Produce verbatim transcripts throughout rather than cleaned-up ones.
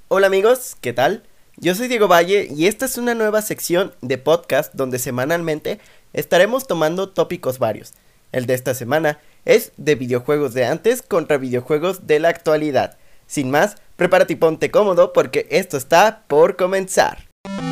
Hola amigos, ¿qué tal? Yo soy Diego Valle y esta es una nueva sección de podcast donde semanalmente estaremos tomando tópicos varios. El de esta semana es de videojuegos de antes contra videojuegos de la actualidad. Sin más, prepárate y ponte cómodo porque esto está por comenzar.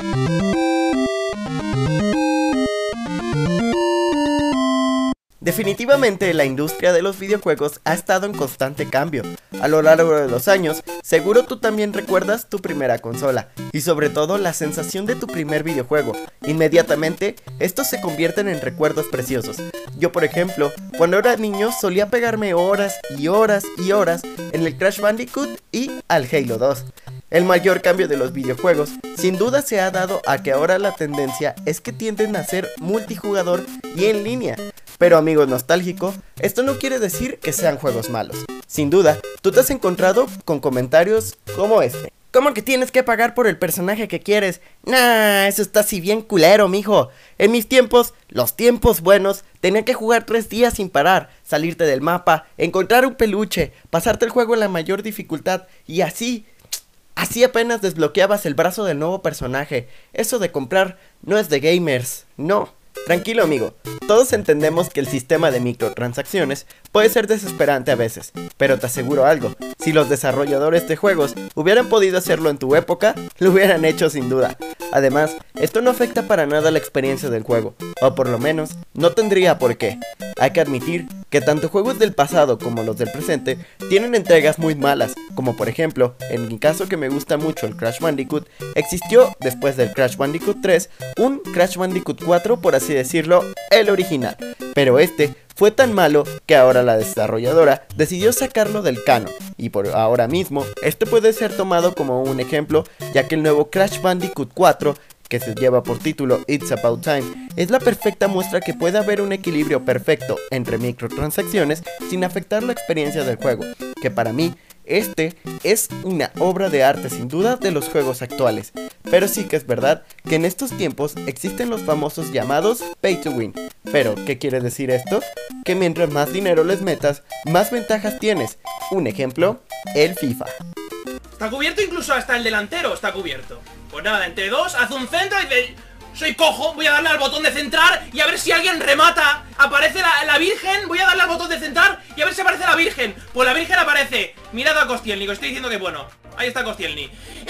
Definitivamente la industria de los videojuegos ha estado en constante cambio. A lo largo de los años, seguro tú también recuerdas tu primera consola y sobre todo la sensación de tu primer videojuego. Inmediatamente, estos se convierten en recuerdos preciosos. Yo, por ejemplo, cuando era niño solía pegarme horas y horas y horas en el Crash Bandicoot y al Halo dos. El mayor cambio de los videojuegos sin duda se ha dado a que ahora la tendencia es que tienden a ser multijugador y en línea. Pero amigo nostálgico, esto no quiere decir que sean juegos malos. Sin duda, tú te has encontrado con comentarios como este. ¿Cómo que tienes que pagar por el personaje que quieres? Nah, eso está así bien culero, mijo. En mis tiempos, los tiempos buenos, tenía que jugar tres días sin parar, salirte del mapa, encontrar un peluche, pasarte el juego en la mayor dificultad y así... Así apenas desbloqueabas el brazo del nuevo personaje. Eso de comprar no es de gamers, no. Tranquilo amigo, todos entendemos que el sistema de microtransacciones puede ser desesperante a veces, pero te aseguro algo, si los desarrolladores de juegos hubieran podido hacerlo en tu época, lo hubieran hecho sin duda. Además, esto no afecta para nada la experiencia del juego, o por lo menos, no tendría por qué. Hay que admitir que tanto juegos del pasado como los del presente tienen entregas muy malas, como por ejemplo, en mi caso que me gusta mucho el Crash Bandicoot, existió después del Crash Bandicoot tres, un Crash Bandicoot cuatro por así decirlo, el original, pero este fue tan malo que ahora la desarrolladora decidió sacarlo del canon, y por ahora mismo, este puede ser tomado como un ejemplo, ya que el nuevo Crash Bandicoot cuatro, que se lleva por título It's About Time, es la perfecta muestra que puede haber un equilibrio perfecto entre microtransacciones sin afectar la experiencia del juego, que para mí, este es una obra de arte sin duda de los juegos actuales, pero sí que es verdad que en estos tiempos existen los famosos llamados Pay to Win. Pero, ¿qué quiere decir esto? Que mientras más dinero les metas, más ventajas tienes. Un ejemplo, el FIFA. Está cubierto incluso hasta el delantero, está cubierto. Pues nada, entre dos, hace un centro y dice... Soy cojo, voy a darle al botón de centrar y a ver si alguien remata. Aparece la, la Virgen, voy a darle al botón de centrar y a ver si aparece la Virgen. Pues la Virgen aparece. Mirad a Kostielny, os estoy diciendo que bueno. Ahí está Kostielny.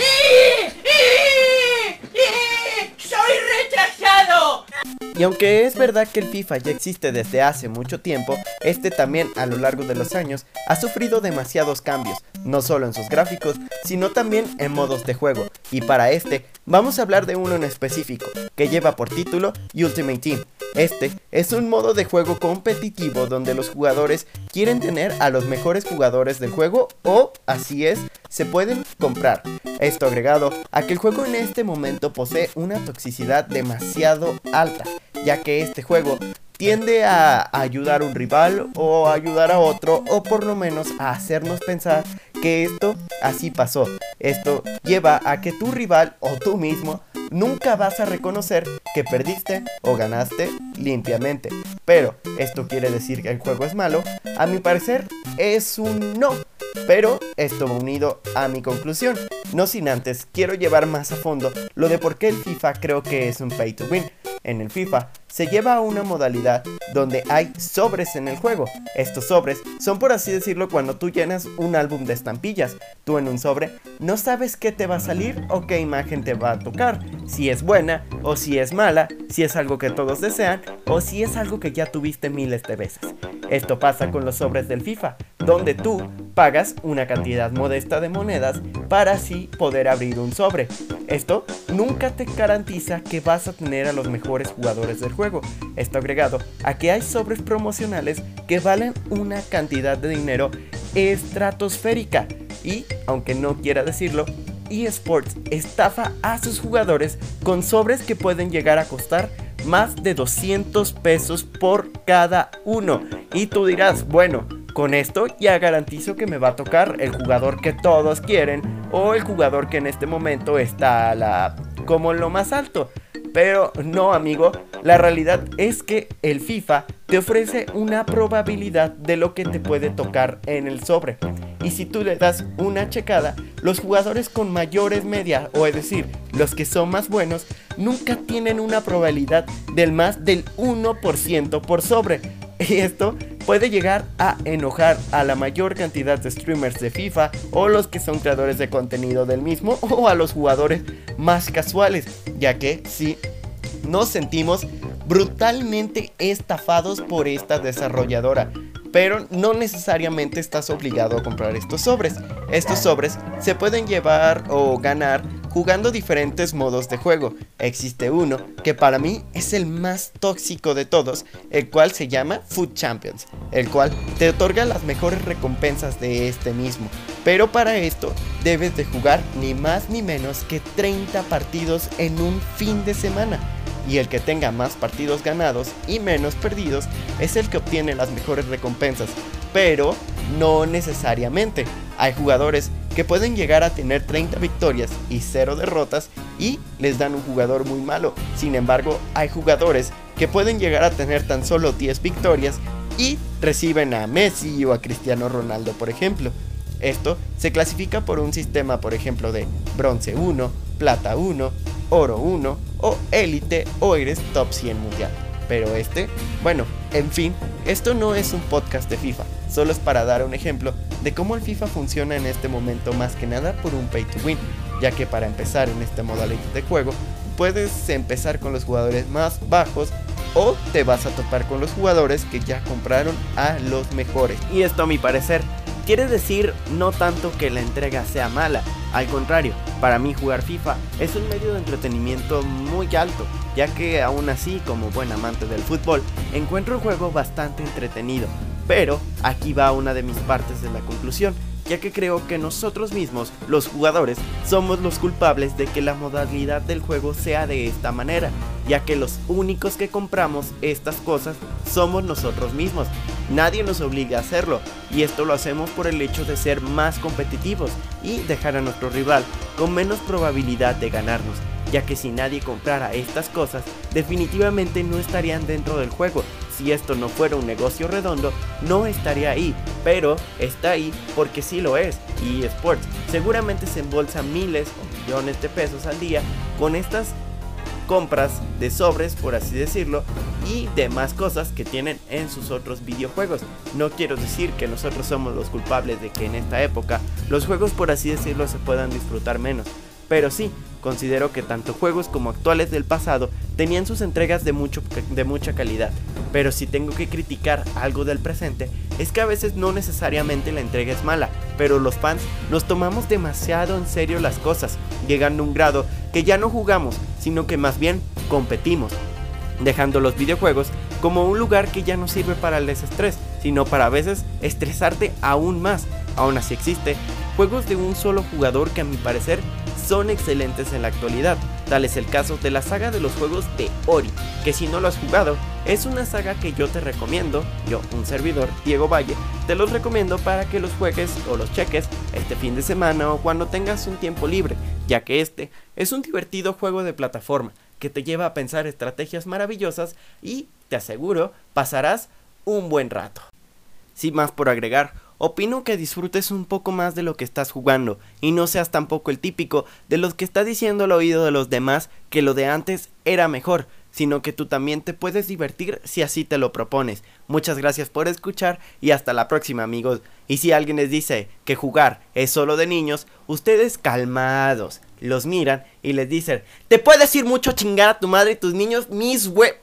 ¡Soy retrasado! Y aunque es verdad que el FIFA ya existe desde hace mucho tiempo, este también a lo largo de los años ha sufrido demasiados cambios, no solo en sus gráficos, sino también en modos de juego, y para este vamos a hablar de uno en específico, que lleva por título Ultimate Team. Este es un modo de juego competitivo donde los jugadores quieren tener a los mejores jugadores del juego o, así es, se pueden comprar. Esto agregado a que el juego en este momento posee una toxicidad demasiado alta, ya que este juego tiende a ayudar a un rival o a ayudar a otro o por lo menos a hacernos pensar que esto así pasó. Esto lleva a que tu rival o tú mismo nunca vas a reconocer que perdiste o ganaste limpiamente. Pero, ¿esto quiere decir que el juego es malo? A mi parecer es un no. Pero esto va unido a mi conclusión. No sin antes, quiero llevar más a fondo lo de por qué el FIFA creo que es un pay to win. En el FIFA se lleva a una modalidad donde hay sobres en el juego. Estos sobres son, por así decirlo, cuando tú llenas un álbum de estampillas. Tú en un sobre no sabes qué te va a salir o qué imagen te va a tocar, si es buena o si es mala, si es algo que todos desean o si es algo que ya tuviste miles de veces. Esto pasa con los sobres del FIFA, donde tú pagas una cantidad modesta de monedas para así poder abrir un sobre. Esto nunca te garantiza que vas a tener a los mejores jugadores del juego. Esto agregado a que hay sobres promocionales que valen una cantidad de dinero estratosférica y, aunque no quiera decirlo, eSports estafa a sus jugadores con sobres que pueden llegar a costar más de doscientos pesos por cada uno. Y tú dirás, bueno, con esto ya garantizo que me va a tocar el jugador que todos quieren o el jugador que en este momento está a la, como lo más alto. Pero no, amigo, la realidad es que el FIFA te ofrece una probabilidad de lo que te puede tocar en el sobre. Y si tú le das una checada, los jugadores con mayores medias, o es decir, los que son más buenos, nunca tienen una probabilidad del más del uno por ciento por sobre. Y esto puede llegar a enojar a la mayor cantidad de streamers de FIFA, o los que son creadores de contenido del mismo, o a los jugadores más casuales, ya que sí nos sentimos brutalmente estafados por esta desarrolladora. Pero no necesariamente estás obligado a comprar estos sobres. Estos sobres se pueden llevar o ganar jugando diferentes modos de juego. Existe uno que para mí es el más tóxico de todos, el cual se llama Food Champions, el cual te otorga las mejores recompensas de este mismo. Pero para esto debes de jugar ni más ni menos que treinta partidos en un fin de semana. Y el que tenga más partidos ganados y menos perdidos es el que obtiene las mejores recompensas. Pero no necesariamente. Hay jugadores que pueden llegar a tener treinta victorias y cero derrotas y les dan un jugador muy malo. Sin embargo, hay jugadores que pueden llegar a tener tan solo diez victorias y reciben a Messi o a Cristiano Ronaldo, por ejemplo. Esto se clasifica por un sistema, por ejemplo, de bronce uno, plata uno, oro uno o élite, o eres top cien mundial. Pero este, bueno, en fin, esto no es un podcast de FIFA, solo es para dar un ejemplo de cómo el FIFA funciona en este momento, más que nada por un pay to win, ya que para empezar en esta modalidad de juego puedes empezar con los jugadores más bajos o te vas a topar con los jugadores que ya compraron a los mejores. Y esto, a mi parecer, quiere decir no tanto que la entrega sea mala, al contrario, para mí jugar FIFA es un medio de entretenimiento muy alto, ya que aún así, como buen amante del fútbol, encuentro el juego bastante entretenido. Pero aquí va una de mis partes de la conclusión, ya que creo que nosotros mismos, los jugadores, somos los culpables de que la modalidad del juego sea de esta manera, ya que los únicos que compramos estas cosas somos nosotros mismos. Nadie nos obliga a hacerlo, y esto lo hacemos por el hecho de ser más competitivos y dejar a nuestro rival con menos probabilidad de ganarnos, ya que si nadie comprara estas cosas, definitivamente no estarían dentro del juego. Si esto no fuera un negocio redondo, no estaría ahí, pero está ahí porque sí lo es. Y eSports seguramente se embolsa miles o millones de pesos al día con estas compras de sobres, por así decirlo, y demás cosas que tienen en sus otros videojuegos. No quiero decir que nosotros somos los culpables de que en esta época los juegos, por así decirlo, se puedan disfrutar menos, pero sí, considero que tanto juegos como actuales del pasado tenían sus entregas de, mucho, de mucha calidad. Pero si tengo que criticar algo del presente, es que a veces no necesariamente la entrega es mala, pero los fans nos tomamos demasiado en serio las cosas, llegando a un grado que ya no jugamos, sino que más bien competimos, dejando los videojuegos como un lugar que ya no sirve para el desestrés, sino para a veces estresarte aún más. Aún así existe juegos de un solo jugador que a mi parecer son excelentes en la actualidad. Tal es el caso de la saga de los juegos de Ori, que si no lo has jugado, es una saga que yo te recomiendo, yo, un servidor, Diego Valle, te los recomiendo para que los juegues o los cheques este fin de semana o cuando tengas un tiempo libre, ya que este es un divertido juego de plataforma que te lleva a pensar estrategias maravillosas y, te aseguro, pasarás un buen rato. Sin más por agregar, opino que disfrutes un poco más de lo que estás jugando y no seas tampoco el típico de los que está diciendo al oído de los demás que lo de antes era mejor, sino que tú también te puedes divertir si así te lo propones. Muchas gracias por escuchar y hasta la próxima, amigos. Y si alguien les dice que jugar es solo de niños, ustedes calmados, los miran y les dicen: te puedes ir mucho a chingar a tu madre y tus niños, mis hue...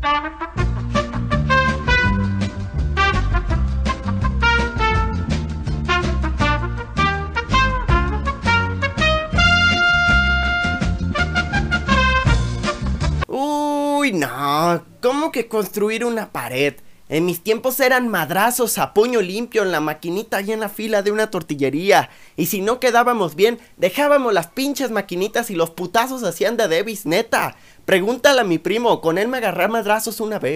Uy, no, ¿cómo que construir una pared? En mis tiempos eran madrazos a puño limpio en la maquinita y en la fila de una tortillería. Y si no quedábamos bien, dejábamos las pinches maquinitas y los putazos hacían de Davis, neta. Pregúntale a mi primo, con él me agarré a madrazos una vez.